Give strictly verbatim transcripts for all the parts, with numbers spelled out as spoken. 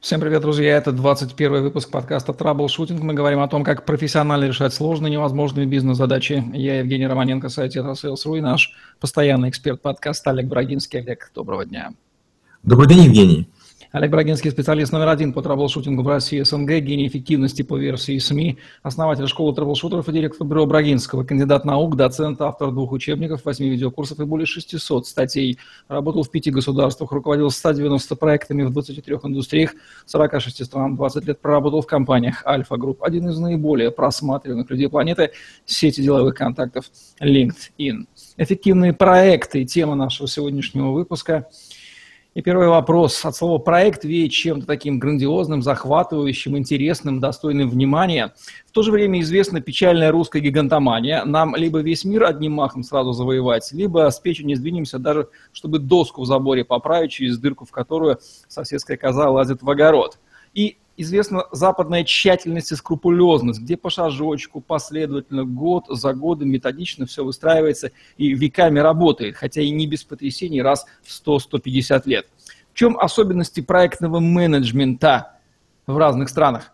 Всем привет, друзья! Это двадцать первый выпуск подкаста «Траблшутинг». Мы говорим о том, как профессионально решать сложные, невозможные бизнес-задачи. Я Евгений Романенко, сайт Tetrasales точка ру, и наш постоянный эксперт подкаста Олег Брагинский. Олег, доброго дня. Добрый день, Евгений. Олег Брагинский, специалист номер один по траблшутингу в России и СНГ, гений эффективности по версии СМИ, основатель школы траблшутеров и директор бюро Брагинского, кандидат наук, доцент, автор двух учебников, восьми видеокурсов и более шестисот статей. Работал в пяти государствах, руководил ста девяноста проектами в двадцати трёх индустриях, сорока шести странах, двадцать лет проработал в компаниях Альфа Групп, один из наиболее просматриваемых людей планеты, сети деловых контактов LinkedIn. Эффективные проекты – тема нашего сегодняшнего выпуска. И первый вопрос. От слова «проект» веет чем-то таким грандиозным, захватывающим, интересным, достойным внимания. В то же время известна печальная русская гигантомания. Нам либо весь мир одним махом сразу завоевать, либо с печи не сдвинемся, даже чтобы доску в заборе поправить, через дырку в которую соседская коза лазит в огород. И известна западная тщательность и скрупулезность, где по шажочку, последовательно, год за годом, методично все выстраивается и веками работает, хотя и не без потрясений раз в сто — сто пятьдесят лет. В чем особенности проектного менеджмента в разных странах?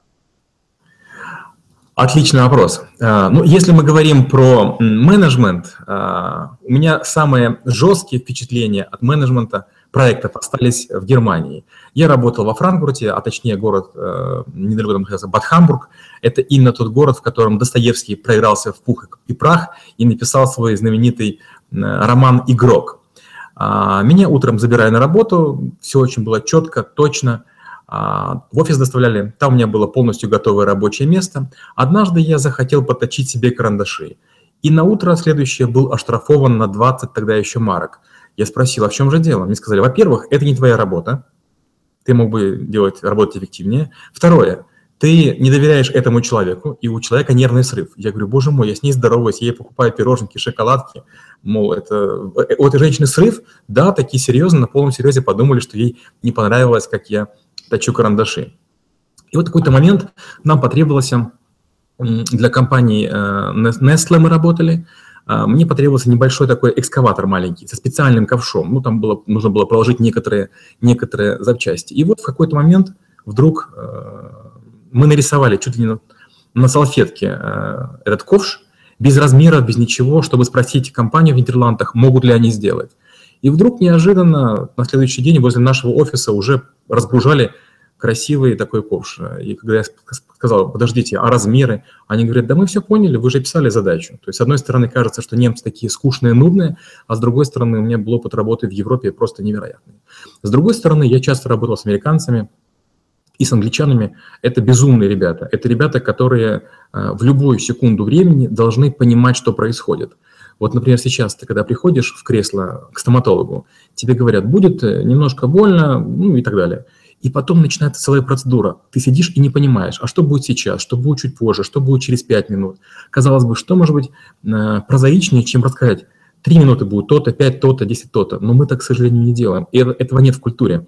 Отличный вопрос. Ну, если мы говорим про менеджмент, у меня самые жесткие впечатления от менеджмента проектов остались в Германии. Я работал во Франкфурте, а точнее город недалеко там находился Бад Хамбург. Это именно тот город, в котором Достоевский проигрался в пух и прах и написал свой знаменитый роман «Игрок». Меня утром забирали на работу, все очень было четко, точно. В офис доставляли, там у меня было полностью готовое рабочее место. Однажды я захотел поточить себе карандаши. И на утро следующее был оштрафован на двадцать тогда еще марок. Я спросил, а в чем же дело? Мне сказали, во-первых, это не твоя работа. Ты мог бы делать, работать эффективнее. Второе, ты не доверяешь этому человеку, и у человека нервный срыв. Я говорю, боже мой, я с ней здороваюсь, я ей покупаю пироженки, шоколадки. Мол, это, у этой женщины срыв? Да, такие серьезно, на полном серьезе подумали, что ей не понравилось, как я точу карандаши. И вот в какой-то момент нам потребовалось, для компании Nestle мы работали, мне потребовался небольшой такой экскаватор маленький, со специальным ковшом. Ну, там было, нужно было проложить некоторые, некоторые запчасти. И вот в какой-то момент вдруг мы нарисовали чуть ли не на, на салфетке этот ковш, без размера, без ничего, чтобы спросить компанию в Нидерландах, могут ли они сделать. И вдруг неожиданно на следующий день возле нашего офиса уже разгружали красивый такой ковш. И когда я сказал, подождите, а размеры? Они говорят, да мы все поняли, вы же писали задачу. То есть, с одной стороны, кажется, что немцы такие скучные, нудные, а с другой стороны, у меня был опыт работы в Европе просто невероятный. С другой стороны, я часто работал с американцами и с англичанами. Это безумные ребята. Это ребята, которые в любую секунду времени должны понимать, что происходит. Вот, например, сейчас ты, когда приходишь в кресло к стоматологу, тебе говорят, будет немножко больно, ну и так далее. И потом начинается целая процедура. Ты сидишь и не понимаешь, а что будет сейчас, что будет чуть позже, что будет через пять минут. Казалось бы, что может быть прозаичнее, чем рассказать, три минуты будет то-то, пять то-то, десять то-то. Но мы так, к сожалению, не делаем. И этого нет в культуре.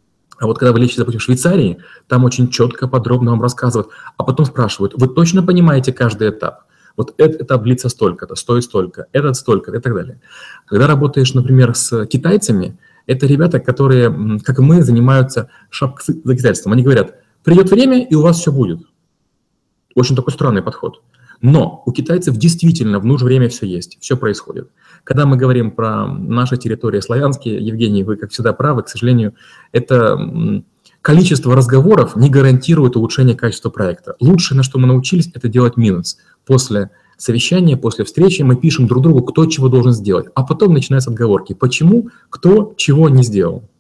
А вот когда вы лечите, допустим, в Швейцарии, там очень четко, подробно вам рассказывают, а потом спрашивают, вы точно понимаете каждый этап? Вот этот этап длится столько-то, стоит столько, этот столько-то и так далее. Когда работаешь, например, с китайцами, это ребята, которые, как и мы, занимаются шапкозакидательством. Они говорят, придет время, и у вас все будет. Очень такой странный подход. Но у китайцев действительно в нужное время все есть, все происходит. Когда мы говорим про наши территории славянские, Евгений, вы, как всегда, правы, к сожалению, это количество разговоров не гарантирует улучшение качества проекта. Лучшее, на что мы научились, это делать минус. После совещания, после встречи мы пишем друг другу, кто чего должен сделать, а потом начинаются отговорки, почему, кто чего не сделал.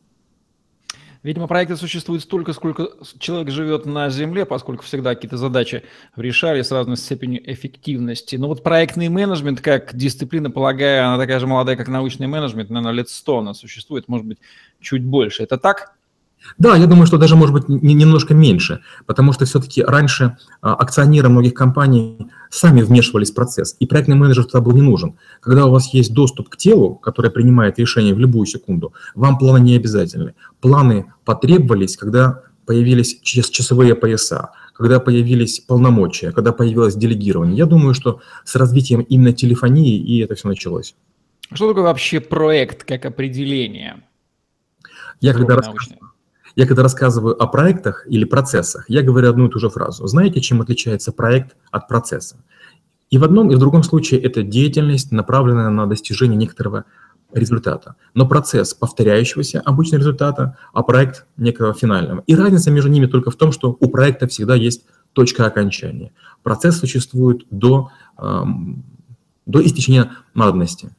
Видимо, проекты существуют столько, сколько человек живет на Земле, поскольку всегда какие-то задачи решали с разной степенью эффективности. Но вот проектный менеджмент, как дисциплина, полагаю, она такая же молодая, как научный менеджмент, наверное, лет сто она существует, может быть, чуть больше. Это так? Да, я думаю, что даже, может быть, немножко меньше, потому что все-таки раньше акционеры многих компаний сами вмешивались в процесс, и проектный менеджер туда был не нужен. Когда у вас есть доступ к телу, которое принимает решение в любую секунду, вам планы не обязательны. Планы потребовались, когда появились часовые пояса, когда появились полномочия, когда появилось делегирование. Я думаю, что с развитием именно телефонии и это все началось. Что такое вообще проект как определение? Я когда, рассказываю, Я когда рассказываю о проектах или процессах, я говорю одну и ту же фразу. Знаете, чем отличается проект от процесса? И в одном и в другом случае это деятельность, направленная на достижение некоторого результата. Но процесс повторяющегося обычно результата, а проект некого финального. И разница между ними только в том, что у проекта всегда есть точка окончания. Процесс существует до, эм, до истечения надобности.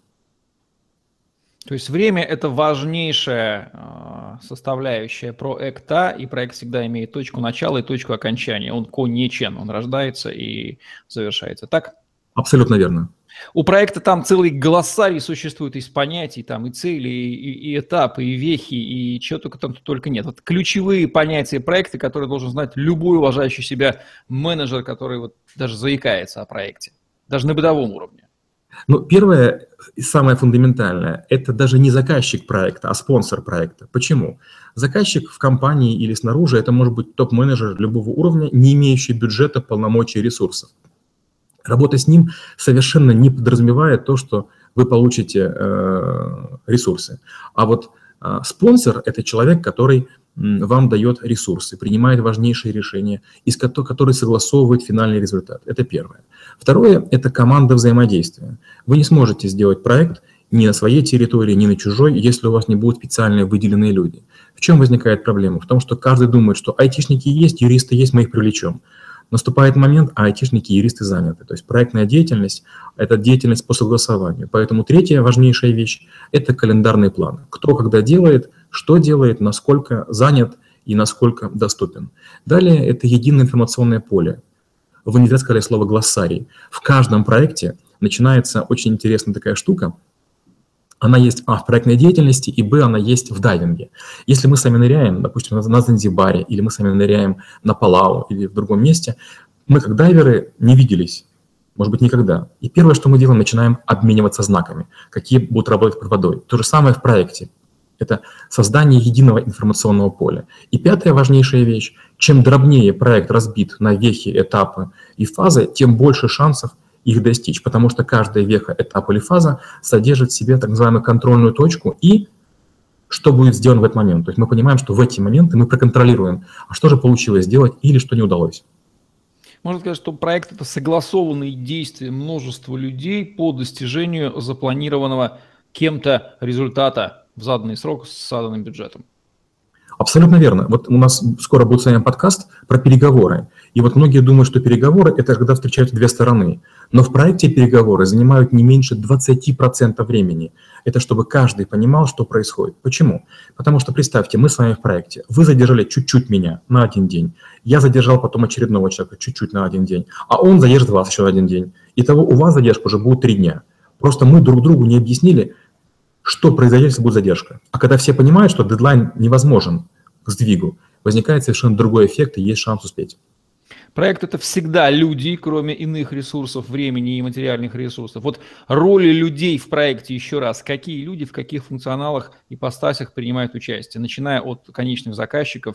То есть время – это важнейшая э, составляющая проекта, и проект всегда имеет точку начала и точку окончания. Он конечен, он рождается и завершается. Так? Абсолютно верно. У проекта там целый глоссарий существует из понятий, там и цели, и, и этапы, и вехи, и чего только там только нет. Вот ключевые понятия проекта, которые должен знать любой уважающий себя менеджер, который вот даже заикается о проекте, даже на бытовом уровне. Ну, первое и самое фундаментальное – это даже не заказчик проекта, а спонсор проекта. Почему? Заказчик в компании или снаружи – это может быть топ-менеджер любого уровня, не имеющий бюджета, полномочий, ресурсов. Работа с ним совершенно не подразумевает то, что вы получите э, ресурсы. А вот э, спонсор – это человек, который м, вам дает ресурсы, принимает важнейшие решения, из ко- который согласовывает финальный результат. Это первое. Второе – это команда взаимодействия. Вы не сможете сделать проект ни на своей территории, ни на чужой, если у вас не будут специально выделенные люди. В чем возникает проблема? В том, что каждый думает, что айтишники есть, юристы есть, мы их привлечем. Наступает момент, а айтишники и юристы заняты. То есть проектная деятельность – это деятельность по согласованию. Поэтому третья важнейшая вещь – это календарный план. Кто когда делает, что делает, насколько занят и насколько доступен. Далее – это единое информационное поле. Вы не зря сказали слово «глоссарий». В каждом проекте начинается очень интересная такая штука. Она есть, а, в проектной деятельности, и, б, она есть в дайвинге. Если мы с вами ныряем, допустим, на Занзибаре, или мы с вами ныряем на Палау, или в другом месте, мы, как дайверы, не виделись, может быть, никогда. И первое, что мы делаем, начинаем обмениваться знаками, какие будут работать под водой. То же самое в проекте. Это создание единого информационного поля. И пятая важнейшая вещь, чем дробнее проект разбит на вехи, этапы и фазы, тем больше шансов их достичь, потому что каждая веха, этап или фаза содержит в себе так называемую контрольную точку и что будет сделано в этот момент. То есть мы понимаем, что в эти моменты мы проконтролируем, а что же получилось сделать или что не удалось. Можно сказать, что проект – это согласованные действия множества людей по достижению запланированного кем-то результата в заданный срок с заданным бюджетом. Абсолютно верно. Вот у нас скоро будет с вами подкаст про переговоры. И вот многие думают, что переговоры – это когда встречаются две стороны. Но в проекте переговоры занимают не меньше двадцати процентов времени. Это чтобы каждый понимал, что происходит. Почему? Потому что, представьте, мы с вами в проекте. Вы задержали чуть-чуть меня на один день. Я задержал потом очередного человека чуть-чуть на один день. А он задержит вас еще на один день. Итого у вас задержка уже будет три дня. Просто мы друг другу не объяснили, что произойдет, если будет задержка. А когда все понимают, что дедлайн невозможен к сдвигу, возникает совершенно другой эффект и есть шанс успеть. Проект – это всегда люди, кроме иных ресурсов, времени и материальных ресурсов. Вот роли людей в проекте, еще раз, какие люди в каких функционалах, ипостасях принимают участие, начиная от конечных заказчиков,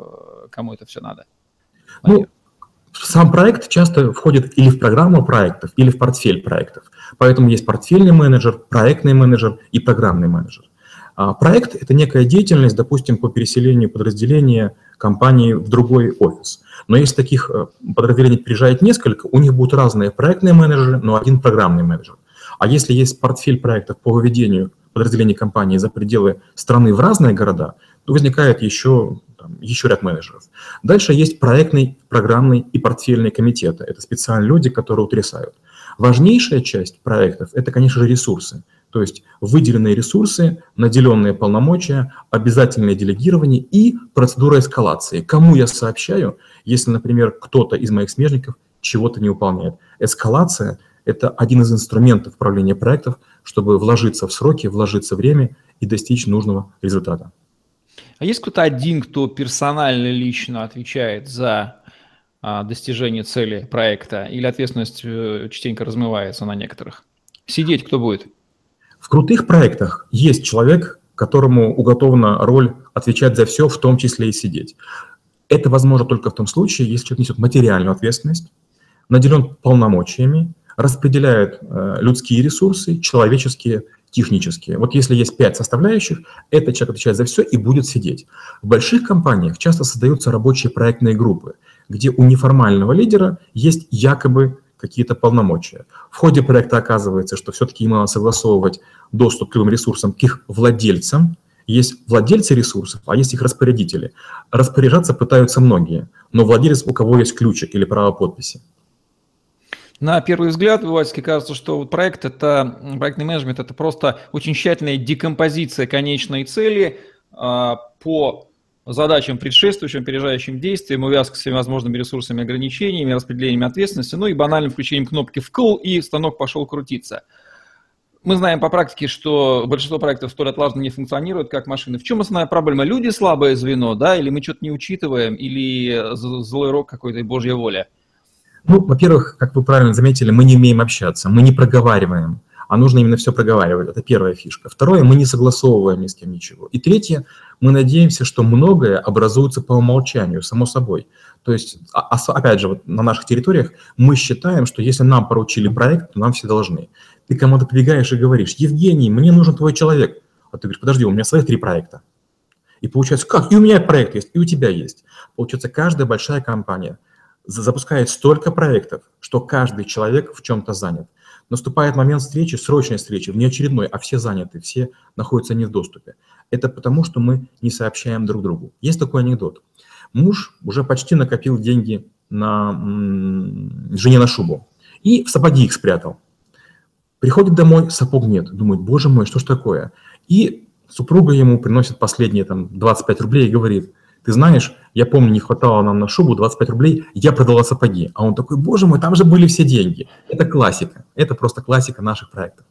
кому это все надо? Ну, сам проект часто входит или в программу проектов, или в портфель проектов. Поэтому есть портфельный менеджер, проектный менеджер и программный менеджер. А проект – это некая деятельность, допустим, по переселению подразделения компании в другой офис. Но если таких подразделений приезжает несколько, у них будут разные проектные менеджеры, но один программный менеджер. А если есть портфель проектов по выведению подразделений компании за пределы страны в разные города, то возникает еще, там, еще ряд менеджеров. Дальше есть проектный, программный и портфельный комитеты. Это специальные люди, которые утрясают. Важнейшая часть проектов – это, конечно же, ресурсы. То есть выделенные ресурсы, наделенные полномочия, обязательное делегирование и процедура эскалации. Кому я сообщаю, если, например, кто-то из моих смежников чего-то не выполняет. Эскалация – это один из инструментов управления проектов, чтобы вложиться в сроки, вложиться в время и достичь нужного результата. А есть кто-то один, кто персонально, лично отвечает за а, достижение цели проекта, или ответственность э, частенько размывается на некоторых? Сидеть кто будет? В крутых проектах есть человек, которому уготована роль отвечать за все, в том числе и сидеть. Это возможно только в том случае, если человек несет материальную ответственность, наделен полномочиями, распределяет э, людские ресурсы, человеческие, технические. Вот если есть пять составляющих, этот человек отвечает за все и будет сидеть. В больших компаниях часто создаются рабочие проектные группы, где у неформального лидера есть якобы какие-то полномочия. В ходе проекта оказывается, что все-таки им надо согласовывать доступ к любым ресурсам к их владельцам. Есть владельцы ресурсов, а есть их распорядители. Распоряжаться пытаются многие, но владелец, у кого есть ключик или право подписи. На первый взгляд, Вывальский, кажется, что проект это, проектный менеджмент – это просто очень тщательная декомпозиция конечной цели а, по задачам, предшествующим, опережающим действиям, увязка с всевозможными ресурсами, ограничениями, распределением ответственности, ну и банальным включением кнопки «вкл», и станок пошел крутиться. Мы знаем по практике, что большинство проектов столь отлаженно не функционируют, как машины. В чем основная проблема? Люди слабое звено, да, или мы что-то не учитываем, или злой рок какой-то и божья воля? Ну, во-первых, как вы правильно заметили, мы не умеем общаться, мы не проговариваем, а нужно именно все проговаривать. Это первая фишка. Второе, мы не согласовываем ни с кем ничего. И третье, мы надеемся, что многое образуется по умолчанию, само собой. То есть, опять же, вот на наших территориях мы считаем, что если нам поручили проект, то нам все должны. Ты кому-то прибегаешь и говоришь: Евгений, мне нужен твой человек. А ты говоришь: подожди, у меня своих три проекта. И получается, как? И у меня проект есть, и у тебя есть. Получается, каждая большая компания запускает столько проектов, что каждый человек в чем-то занят. Наступает момент встречи, срочной встречи, внеочередной, а все заняты, все находятся не в доступе. Это потому, что мы не сообщаем друг другу. Есть такой анекдот. Муж уже почти накопил деньги на м, жене на шубу и в сапоги их спрятал. Приходит домой, сапог нет. Думает: боже мой, что ж такое? И супруга ему приносит последние там, двадцать пять рублей и говорит: ты знаешь, я помню, не хватало нам на шубу двадцать пять рублей, я продала сапоги. А он такой: боже мой, там же были все деньги. Это классика. Это просто классика наших проектов.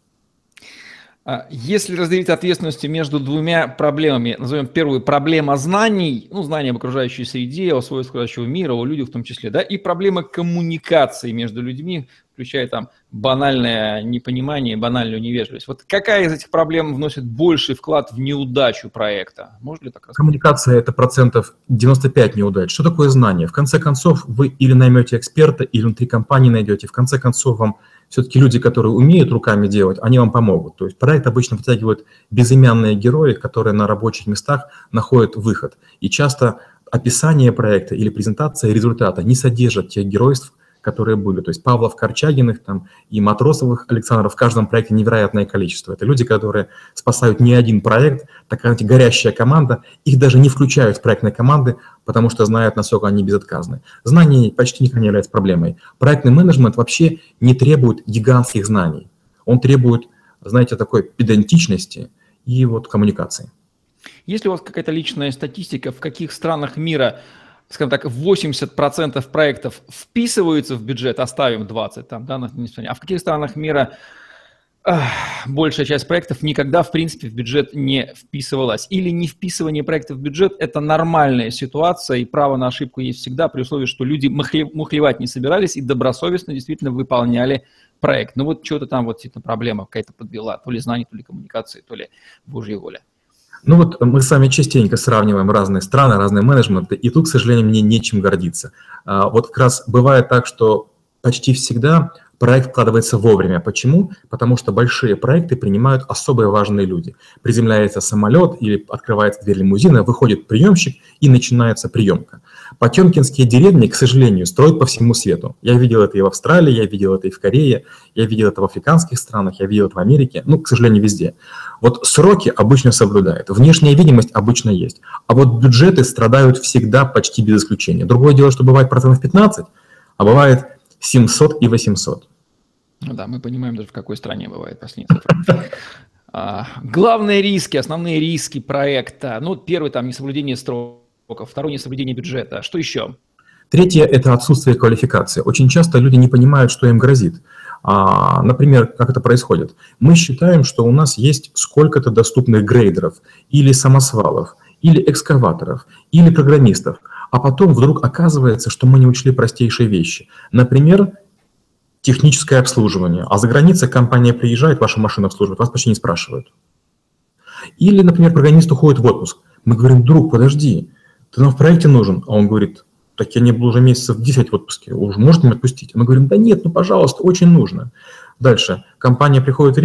Если разделить ответственности между двумя проблемами, назовем первую проблема знаний, ну, знания об окружающей среде, о свойствах окружающего мира, о людях в том числе, да, и проблема коммуникации между людьми, включая там банальное непонимание, банальную невежливость. Вот какая из этих проблем вносит больший вклад в неудачу проекта? Можно ли так рассказать? Коммуникация – это процентов девяносто пять неудач. Что такое знание? В конце концов, вы или наймете эксперта, или внутри компании найдете. В конце концов, вам все-таки люди, которые умеют руками делать, они вам помогут. То есть проект обычно вытягивают безымянные герои, которые на рабочих местах находят выход. И часто описание проекта или презентация результата не содержат тех геройств, которые были. То есть Павлов, Корчагиных там, и Матросовых, Александров в каждом проекте невероятное количество. Это люди, которые спасают не один проект, такая горящая команда. Их даже не включают в проектные команды, потому что знают, насколько они безотказны. Знание почти никогда не является проблемой. Проектный менеджмент вообще не требует гигантских знаний. Он требует, знаете, такой педантичности и вот коммуникации. Есть ли у вас какая-то личная статистика, в каких странах мира, скажем так, восемьдесят процентов проектов вписываются в бюджет, оставим двадцать там, да, а в каких странах мира эх, большая часть проектов никогда, в принципе, в бюджет не вписывалась? Или не вписывание проектов в бюджет – это нормальная ситуация, и право на ошибку есть всегда, при условии, что люди мухлевать не собирались и добросовестно действительно выполняли проект. Ну вот что-то там вот действительно проблема какая-то подвела, то ли знание, то ли коммуникации, то ли божья воля. Ну вот мы с вами частенько сравниваем разные страны, разные менеджменты, и тут, к сожалению, мне нечем гордиться. Вот как раз бывает так, что почти всегда проект вкладывается вовремя. Почему? Потому что большие проекты принимают особо важные люди. Приземляется самолет или открывается дверь лимузина, выходит приемщик и начинается приемка. Потемкинские деревни, к сожалению, строят по всему свету. Я видел это и в Австралии, я видел это и в Корее, я видел это в африканских странах, я видел это в Америке, ну, к сожалению, везде. Вот сроки обычно соблюдают, внешняя видимость обычно есть, а вот бюджеты страдают всегда почти без исключения. Другое дело, что бывает процентов пятнадцать, а бывает семьсот и восемьсот. Ну да, мы понимаем даже, в какой стране бывает последняя цифра. А, главные риски, основные риски проекта. Ну, первый там несоблюдение сроков, второй несоблюдение бюджета. Что еще? Третье – это отсутствие квалификации. Очень часто люди не понимают, что им грозит. А, например, как это происходит? Мы считаем, что у нас есть сколько-то доступных грейдеров или самосвалов, или экскаваторов, или программистов, а потом вдруг оказывается, что мы не учли простейшие вещи. Например, техническое обслуживание. А за границей компания приезжает, ваша машина обслуживает, вас почти не спрашивают. Или, например, программист уходит в отпуск. Мы говорим: друг, подожди, ты нам в проекте нужен. А он говорит: так я не был уже месяцев десять в отпуске, уже можете меня отпустить? Мы говорим: да нет, ну пожалуйста, очень нужно. Дальше. Компания приходит время,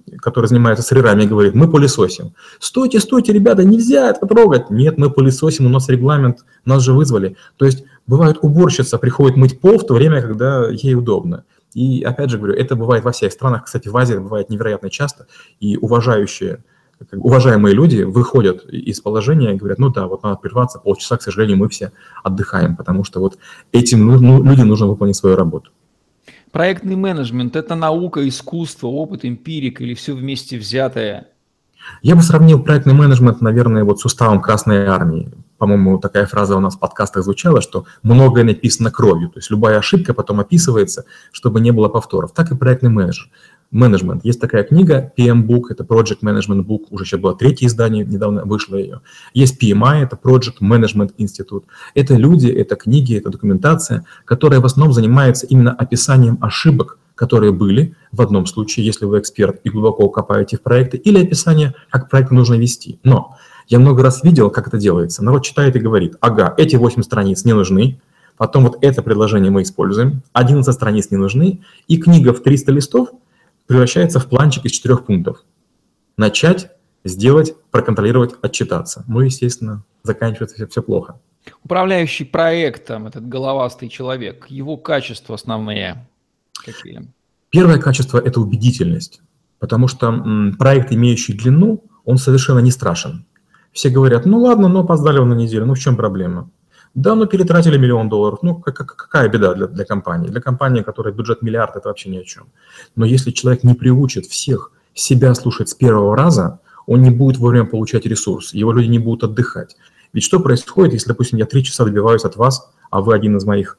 который занимается сырами, говорит, мы пылесосим. Стойте, стойте, ребята, нельзя это трогать. Нет, мы пылесосим, у нас регламент, нас же вызвали. То есть бывает уборщица приходит мыть пол в то время, когда ей удобно. И опять же говорю, это бывает во всех странах, кстати, в Азии бывает невероятно часто, и уважающие, уважаемые люди выходят из положения и говорят, ну да, вот надо прерваться полчаса, к сожалению, мы все отдыхаем, потому что вот этим ну, людям нужно выполнить свою работу. Проектный менеджмент – это наука, искусство, опыт, эмпирик или все вместе взятое? Я бы сравнил проектный менеджмент, наверное, вот с уставом Красной Армии. По-моему, такая фраза у нас в подкастах звучала, что многое написано кровью. То есть любая ошибка потом описывается, чтобы не было повторов. Так и проектный менеджер. Менеджмент. Есть такая книга пи эм Book, это Project Management Book, уже сейчас было третье издание, недавно вышло ее. Есть пи эм ай, это Project Management Institute. Это люди, это книги, это документация, которая в основном занимается именно описанием ошибок, которые были в одном случае, если вы эксперт и глубоко копаете в проекты, или описание, как проект нужно вести. Но я много раз видел, как это делается. Народ читает и говорит, ага, эти восемь страниц не нужны, потом вот это предложение мы используем, одиннадцать страниц не нужны, и книга в триста листов превращается в планчик из четырех пунктов. Начать, сделать, проконтролировать, отчитаться. Ну, естественно, заканчивается все, все плохо. Управляющий проектом, этот головастый человек, его качества основные какие? Первое качество – это убедительность, потому что м, проект, имеющий длину, он совершенно не страшен. Все говорят, ну ладно, но опоздали на неделю, ну в чем проблема? Да, ну перетратили миллион долларов, ну как, какая беда для, для компании? Для компании, которая бюджет миллиард, это вообще ни о чем. Но если человек не приучит всех себя слушать с первого раза, он не будет вовремя получать ресурс, его люди не будут отдыхать. Ведь что происходит, если, допустим, я три часа добиваюсь от вас, а вы один из моих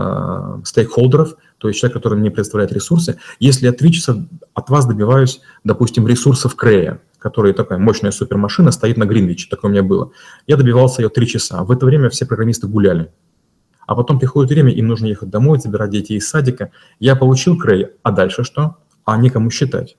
э, стейкхолдеров, то есть человек, который мне предоставляет ресурсы, если я три часа от вас добиваюсь, допустим, ресурсов Крея, который такая мощная супермашина, стоит на Гринвиче, такое у меня было. Я добивался ее три часа. В это время все программисты гуляли. А потом приходит время, им нужно ехать домой, забирать детей из садика. Я получил Крей, а дальше что? А некому считать.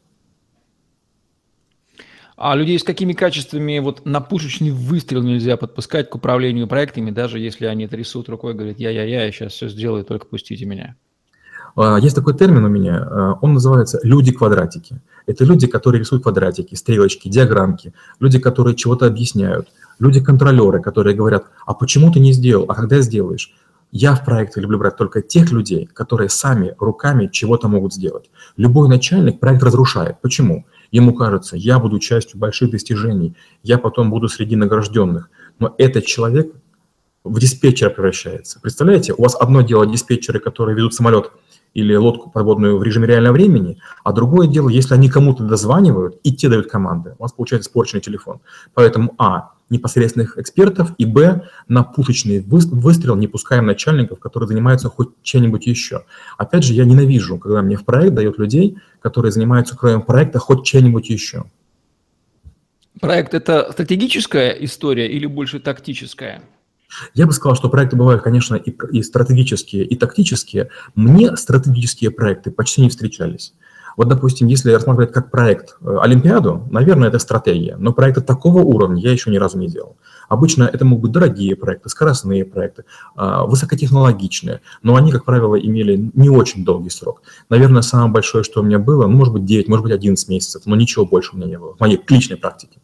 А людей с какими качествами вот на пушечный выстрел нельзя подпускать к управлению проектами, даже если они трясут рукой, говорят, я-я-я, я сейчас все сделаю, только пустите меня? Есть такой термин у меня, он называется «люди-квадратики». Это люди, которые рисуют квадратики, стрелочки, диаграммки, люди, которые чего-то объясняют, люди-контролеры, которые говорят, а почему ты не сделал, а когда сделаешь? Я в проекте люблю брать только тех людей, которые сами руками чего-то могут сделать. Любой начальник проект разрушает. Почему? Ему кажется, я буду частью больших достижений, я потом буду среди награжденных. Но этот человек в диспетчера превращается. Представляете, у вас одно дело диспетчеры, которые ведут самолет или лодку подводную в режиме реального времени, а другое дело, если они кому-то дозванивают и те дают команды, у вас получается испорченный телефон. Поэтому а, непосредственных экспертов, и б, на пушечный выстрел не пускаем начальников, которые занимаются хоть чем-нибудь еще. Опять же, я ненавижу, когда мне в проект дают людей, которые занимаются кроме проекта хоть чем-нибудь еще. Проект – это стратегическая история или больше тактическая? Я бы сказал, что проекты бывают, конечно, и, и стратегические, и тактические. Мне стратегические проекты почти не встречались. Вот, допустим, если рассматривать как проект Олимпиаду, наверное, это стратегия, но проекты такого уровня я еще ни разу не делал. Обычно это могут быть дорогие проекты, скоростные проекты, высокотехнологичные, но они, как правило, имели не очень долгий срок. Наверное, самое большое, что у меня было, ну, может быть, девять, может быть, одиннадцать месяцев, но ничего больше у меня не было в моей личной практике.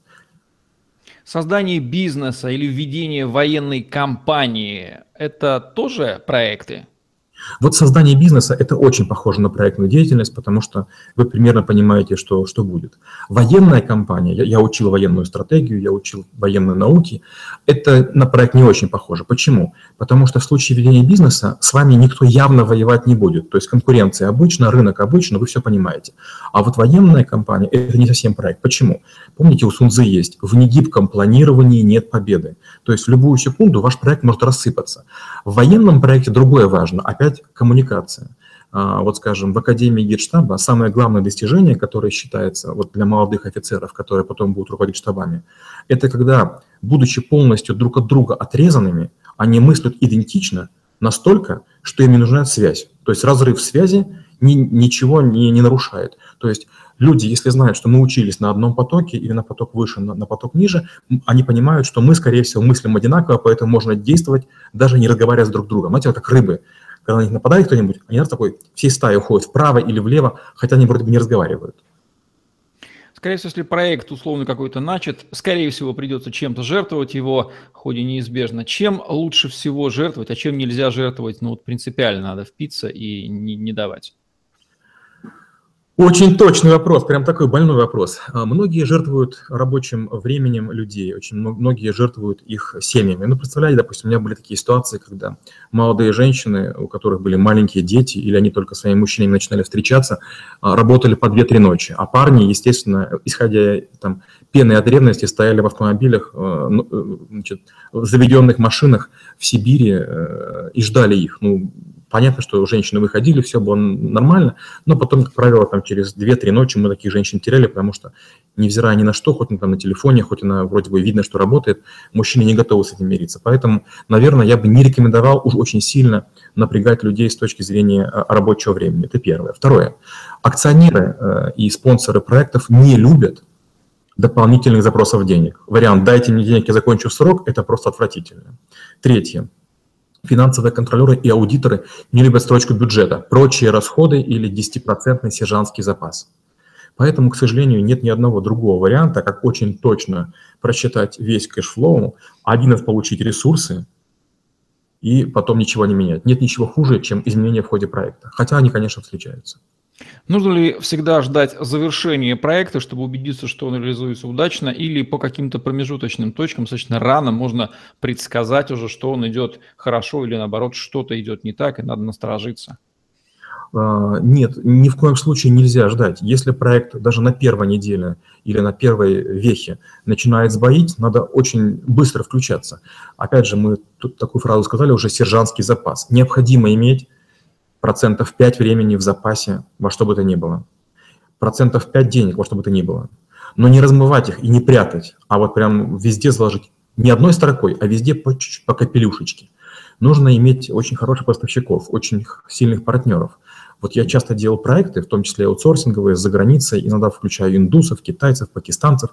Создание бизнеса или введение военной кампании – это тоже проекты? Вот создание бизнеса – это очень похоже на проектную деятельность, потому что вы примерно понимаете, что, что будет. Военная компания, я, я учил военную стратегию, я учил военные науки, это на проект не очень похоже. Почему? Потому что в случае ведения бизнеса с вами никто явно воевать не будет. То есть конкуренция обычно, рынок обычно, вы все понимаете. А вот военная компания – это не совсем проект. Почему? Помните, у Сун Цзы есть «в негибком планировании нет победы». То есть в любую секунду ваш проект может рассыпаться. В военном проекте другое важно, опять коммуникация. Вот, скажем, в Академии Генштаба самое главное достижение, которое считается вот для молодых офицеров, которые потом будут руководить штабами, это когда, будучи полностью друг от друга отрезанными, они мыслят идентично настолько, что им не нужна связь. То есть разрыв связи ни, ничего не, не нарушает. То есть люди, если знают, что мы учились на одном потоке или на поток выше, на, на поток ниже, они понимают, что мы, скорее всего, мыслим одинаково, поэтому можно действовать, даже не разговаривая с друг другом. Знаете, вот как рыбы. Когда на них нападает кто-нибудь, они раз такой всей стаей уходят вправо или влево, хотя они вроде бы не разговаривают. Скорее всего, если проект условно какой-то начат, скорее всего, придется чем-то жертвовать его в ходе неизбежно. Чем лучше всего жертвовать, а чем нельзя жертвовать, ну вот принципиально надо впиться и не, не давать? Очень точный вопрос, прям такой больной вопрос. Многие жертвуют рабочим временем людей, очень многие жертвуют их семьями. Ну, представляете, допустим, у меня были такие ситуации, когда молодые женщины, у которых были маленькие дети, или они только своими мужчинами начинали встречаться, работали по две-три ночи. А парни, естественно, исходя там, пены от ревности, стояли в автомобилях, значит, в заведенных машинах в Сибири и ждали их. Ну, понятно, что женщины выходили, все было нормально, но потом, как правило, там, через две-три ночи мы таких женщин теряли, потому что, невзирая ни на что, хоть он там на телефоне, хоть она вроде бы видно, что работает, мужчины не готовы с этим мириться. Поэтому, наверное, я бы не рекомендовал уж очень сильно напрягать людей с точки зрения рабочего времени. Это первое. Второе. Акционеры и спонсоры проектов не любят дополнительных запросов денег. Вариант «дайте мне денег, я закончу в срок» – это просто отвратительно. Третье. Финансовые контролеры и аудиторы не любят строчку бюджета, прочие расходы или десятипроцентный сержантский запас. Поэтому, к сожалению, нет ни одного другого варианта, как очень точно просчитать весь кэшфлоу, один раз получить ресурсы и потом ничего не менять. Нет ничего хуже, чем изменения в ходе проекта, хотя они, конечно, встречаются. Нужно ли всегда ждать завершения проекта, чтобы убедиться, что он реализуется удачно, или по каким-то промежуточным точкам достаточно рано можно предсказать уже, что он идет хорошо или наоборот что-то идет не так и надо насторожиться? Нет, ни в коем случае нельзя ждать. Если проект даже на первой неделе или на первой вехе начинает сбоить, надо очень быстро включаться. Опять же, мы тут такую фразу сказали уже, сержантский запас. Необходимо иметь процентов пять времени в запасе во что бы то ни было, процентов пять денег во что бы то ни было. Но не размывать их и не прятать, а вот прям везде заложить не одной строкой, а везде по чуть-чуть, по капелюшечке. Нужно иметь очень хороших поставщиков, очень сильных партнеров. Вот я часто делал проекты, в том числе аутсорсинговые, за границей, иногда включаю индусов, китайцев, пакистанцев.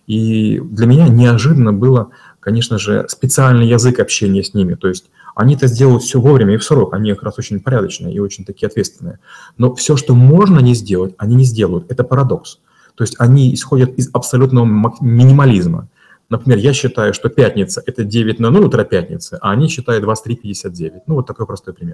И для меня неожиданно было, конечно же, специальный язык общения с ними. То есть они это сделают все вовремя и в срок, они как раз очень порядочные и очень такие ответственные. Но все, что можно не сделать, они не сделают. Это парадокс. То есть они исходят из абсолютного минимализма. Например, я считаю, что пятница – это девять ноль ноль утра пятницы, а они считают двадцать три пятьдесят девять. Ну, вот такой простой пример.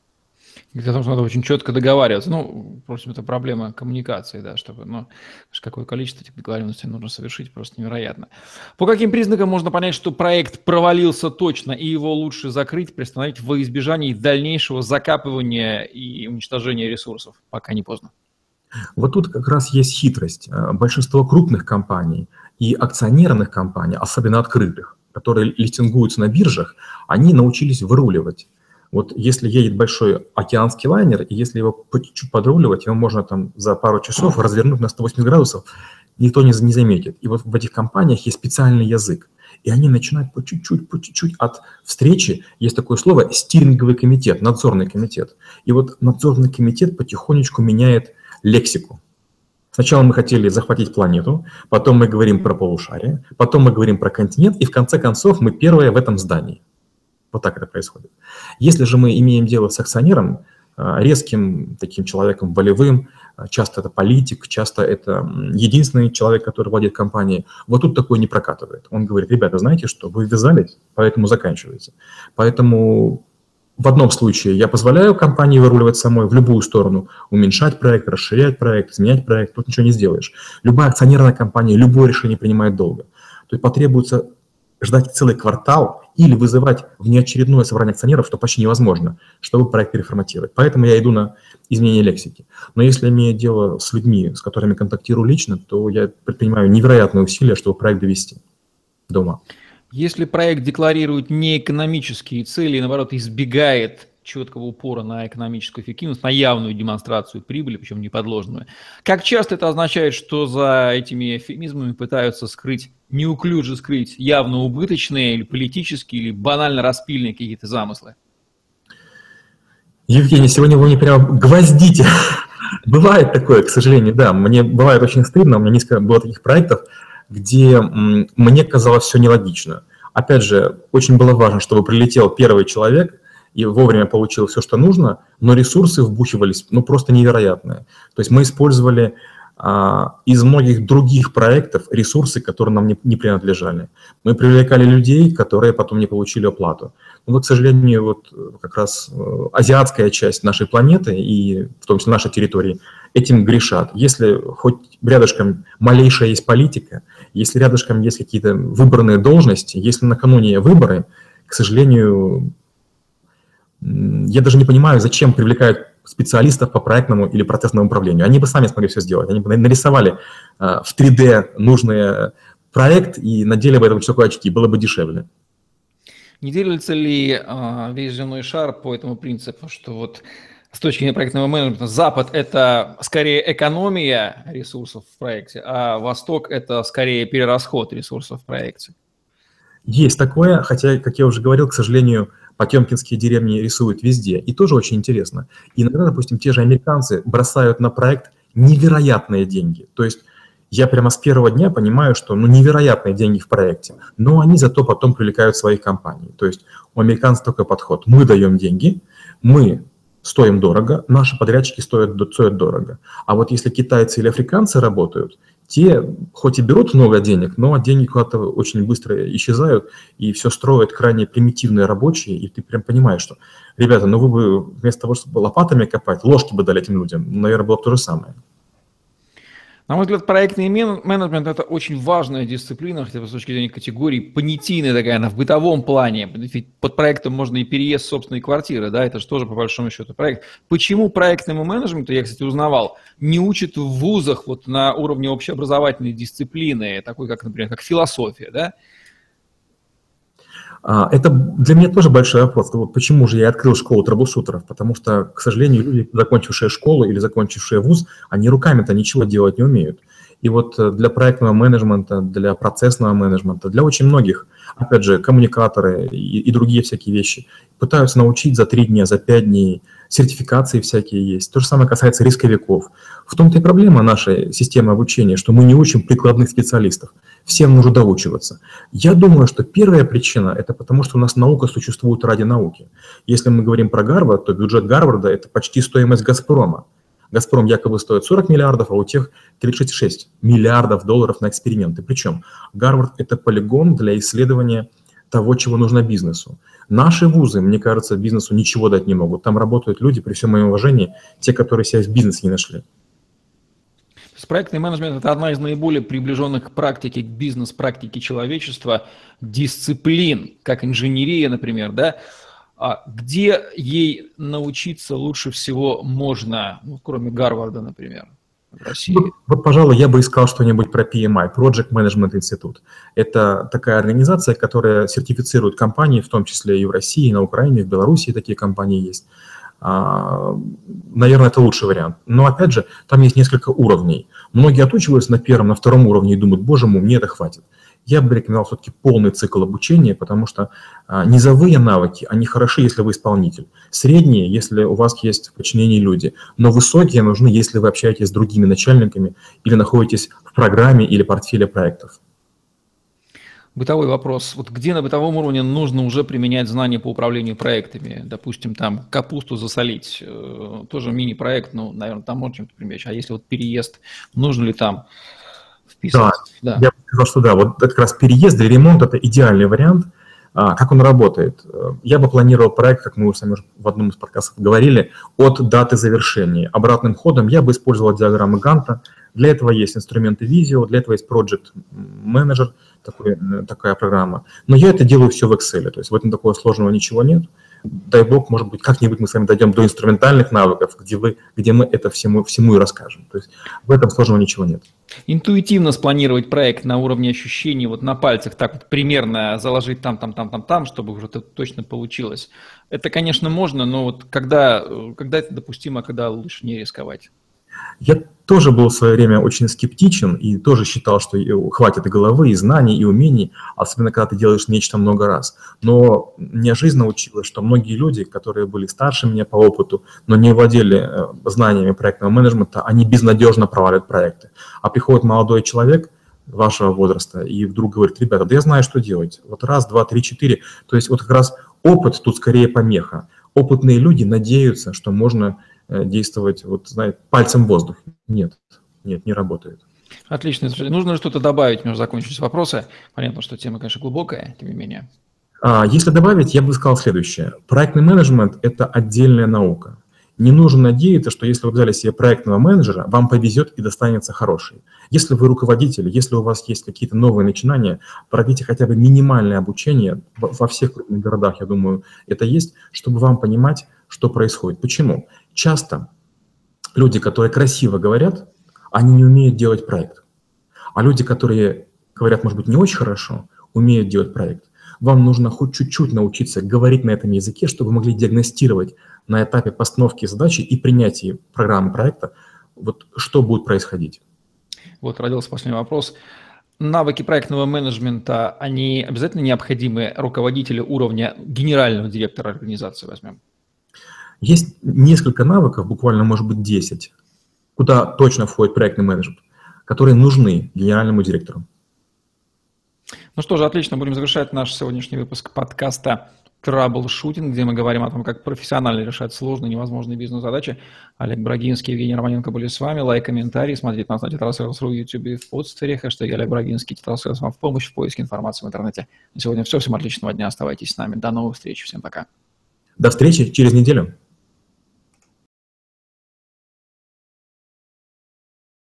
Для того, что надо очень четко договариваться. Ну, просто это проблема коммуникации, да, чтобы, ну, какое количество этих договоренностей нужно совершить, просто невероятно. По каким признакам можно понять, что проект провалился точно, и его лучше закрыть, приостановить во избежание дальнейшего закапывания и уничтожения ресурсов, пока не поздно? Вот тут как раз есть хитрость. Большинство крупных компаний и акционерных компаний, особенно открытых, которые листингуются на биржах, они научились выруливать. Вот если едет большой океанский лайнер, и если его по чуть-чуть подруливать, его можно там за пару часов развернуть на сто восемьдесят градусов, никто не, не заметит. И вот в этих компаниях есть специальный язык. И они начинают по чуть-чуть, по чуть-чуть от встречи, есть такое слово, стиринговый комитет, надзорный комитет. И вот надзорный комитет потихонечку меняет лексику. Сначала мы хотели захватить планету, потом мы говорим про полушарие, потом мы говорим про континент, и в конце концов мы первые в этом здании. Вот так это происходит. Если же мы имеем дело с акционером, резким таким человеком, волевым, часто это политик, часто это единственный человек, который владеет компанией, вот тут такое не прокатывает. Он говорит: ребята, знаете что, вы ввязались, поэтому заканчивайте. Поэтому в одном случае я позволяю компании выруливать самой в любую сторону, уменьшать проект, расширять проект, изменять проект, тут ничего не сделаешь. Любая акционерная компания любое решение принимает долго. То есть потребуется ждать целый квартал или вызывать внеочередное собрание акционеров, что почти невозможно, чтобы проект переформатировать. Поэтому я иду на изменение лексики. Но если имею дело с людьми, с которыми контактирую лично, то я предпринимаю невероятные усилия, чтобы проект довести до ума. Если проект декларирует неэкономические цели и, наоборот, избегает четкого упора на экономическую эффективность, на явную демонстрацию прибыли, причем не подложную, как часто это означает, что за этими эвфемизмами пытаются скрыть, неуклюже скрыть явно убыточные или политические, или банально распильные какие-то замыслы? Евгений, сегодня вы мне прямо гвоздите. Бывает такое, к сожалению, да. Мне бывает очень стыдно, у меня несколько было таких проектов, где мне казалось все нелогично. Опять же, очень было важно, чтобы прилетел первый человек и вовремя получил все, что нужно, но ресурсы вбухивались, ну, просто невероятные. То есть мы использовали из многих других проектов ресурсы, которые нам не, не принадлежали. Мы привлекали людей, которые потом не получили оплату. Но вот, к сожалению, вот как раз азиатская часть нашей планеты и в том числе нашей территории этим грешат. Если хоть рядышком малейшая есть политика, если рядышком есть какие-то выбранные должности, если накануне выборы, к сожалению, я даже не понимаю, зачем привлекают специалистов по проектному или процессному управлению. Они бы сами смогли все сделать. Они бы нарисовали в три дэ нужный проект и надели бы этому человеку очки, было бы дешевле. Не делится ли а, весь земной шар по этому принципу, что вот с точки зрения проектного менеджмента Запад – это скорее экономия ресурсов в проекте, а Восток – это скорее перерасход ресурсов в проекте? Есть такое, хотя, как я уже говорил, к сожалению, потемкинские деревни рисуют везде. И тоже очень интересно. Иногда, допустим, те же американцы бросают на проект невероятные деньги. То есть я прямо с первого дня понимаю, что ну, невероятные деньги в проекте, но они зато потом привлекают своих компаний. То есть у американцев такой подход. Мы даем деньги, мы стоим дорого, наши подрядчики стоят, стоят дорого. А вот если китайцы или африканцы работают, те хоть и берут много денег, но деньги куда-то очень быстро исчезают, и все строят крайне примитивные рабочие, и ты прям понимаешь, что, ребята, ну вы бы вместо того, чтобы лопатами копать, ложки бы дали этим людям, наверное, было бы то же самое. На мой взгляд, проектный менеджмент – это очень важная дисциплина, хотя бы с точки зрения категории понятийная такая, она в бытовом плане. Ведь под проектом можно и переезд собственной квартиры, да, это же тоже по большому счету проект. Почему проектному менеджменту, я, кстати, узнавал, не учат в вузах вот на уровне общеобразовательной дисциплины, такой как, например, как философия, да? Это для меня тоже большой вопрос. Почему же я открыл школу трэблшутеров? Потому что, к сожалению, люди, закончившие школу или закончившие вуз, они руками-то ничего делать не умеют. И вот для проектного менеджмента, для процессного менеджмента, для очень многих, опять же, коммуникаторы и, и другие всякие вещи пытаются научить за три дня, за пять дней, сертификации всякие есть. То же самое касается рисковиков. В том-то и проблема нашей системы обучения, что мы не учим прикладных специалистов. Всем нужно доучиваться. Я думаю, что первая причина – это потому, что у нас наука существует ради науки. Если мы говорим про Гарвард, то бюджет Гарварда – это почти стоимость «Газпрома». «Газпром» якобы стоит сорок миллиардов, а у тех тридцать шесть миллиардов долларов на эксперименты. Причем Гарвард – это полигон для исследования того, чего нужно бизнесу. Наши вузы, мне кажется, бизнесу ничего дать не могут. Там работают люди, при всем моем уважении, те, которые себя в бизнесе не нашли. Проектный менеджмент – это одна из наиболее приближенных к практике, к бизнес-практике человечества дисциплин, как инженерия, например, да? А где ей научиться лучше всего можно, ну, кроме Гарварда, например, в России? Вот, вот, пожалуй, я бы искал что-нибудь про пи эм ай, Project Management Institute. Это такая организация, которая сертифицирует компании, в том числе и в России, и на Украине, и в Беларуси такие компании есть. Наверное, это лучший вариант. Но, опять же, там есть несколько уровней. Многие отучиваются на первом, на втором уровне и думают, боже мой, мне это хватит. Я бы рекомендовал все-таки полный цикл обучения, потому что низовые навыки, они хороши, если вы исполнитель. Средние, если у вас есть в подчинении люди. Но высокие нужны, если вы общаетесь с другими начальниками или находитесь в программе или портфеле проектов. Бытовой вопрос. Вот где на бытовом уровне нужно уже применять знания по управлению проектами? Допустим, там капусту засолить, э, тоже мини-проект, ну, наверное, там можно чем-то применять. А если вот переезд, нужно ли там вписывать? Да, да. Я бы сказал, что да, вот это как раз переезд или ремонт – это идеальный вариант. А, как он работает? Я бы планировал проект, как мы уже сами в одном из подкастов говорили, от даты завершения. Обратным ходом я бы использовал диаграммы Ганта. Для этого есть инструменты Visio, для этого есть Project Manager, такой, такая программа. Но я это делаю все в Excel, то есть в этом такого сложного ничего нет. Дай бог, может быть, как-нибудь мы с вами дойдем до инструментальных навыков, где, вы, где мы это всему, всему и расскажем. То есть в этом сложного ничего нет. Интуитивно спланировать проект на уровне ощущений, вот на пальцах, так вот примерно заложить там, там, там, там, там, чтобы уже это точно получилось. Это, конечно, можно, но вот когда, когда это допустимо, когда лучше не рисковать? Я тоже был в свое время очень скептичен и тоже считал, что хватит и головы, и знаний, и умений, особенно когда ты делаешь нечто много раз. Но меня жизнь научила, что многие люди, которые были старше меня по опыту, но не владели знаниями проектного менеджмента, они безнадежно проваливают проекты. А приходит молодой человек вашего возраста и вдруг говорит, ребята, да я знаю, что делать. Вот раз, два, три, четыре. То есть вот как раз опыт тут скорее помеха. Опытные люди надеются, что можно действовать, вот, знаете, пальцем в воздух. Нет. нет, не работает. Отлично. Нужно что-то добавить, мне уже закончились вопросы. Понятно, что тема, конечно, глубокая, тем не менее. Если добавить, я бы сказал следующее. Проектный менеджмент – это отдельная наука. Не нужно надеяться, что если вы взяли себе проектного менеджера, вам повезет и достанется хороший. Если вы руководитель, если у вас есть какие-то новые начинания, пройдите хотя бы минимальное обучение во всех крупных городах, я думаю, это есть, чтобы вам понимать, что происходит. Почему? Часто люди, которые красиво говорят, они не умеют делать проект. А люди, которые говорят, может быть, не очень хорошо, умеют делать проект. Вам нужно хоть чуть-чуть научиться говорить на этом языке, чтобы вы могли диагностировать на этапе постановки задачи и принятия программы проекта, вот что будет происходить. Вот родился последний вопрос. Навыки проектного менеджмента, они обязательно необходимы руководителю уровня генерального директора организации, возьмем? Есть несколько навыков, буквально, может быть, десять, куда точно входит проектный менеджмент, которые нужны генеральному директору. Ну что же, отлично. Будем завершать наш сегодняшний выпуск подкаста «Траблшутинг», где мы говорим о том, как профессионально решать сложные, невозможные бизнес-задачи. Олег Брагинский и Евгений Романенко были с вами. Лайк, комментарий. Смотрите нас на тетрасселс точка ру, YouTube и в подстере. Хэштег Олег Брагинский. Тетрасселс вам в помощь в поиске информации в интернете. На сегодня все. Всем отличного дня. Оставайтесь с нами. До новых встреч. Всем пока. До встречи через неделю.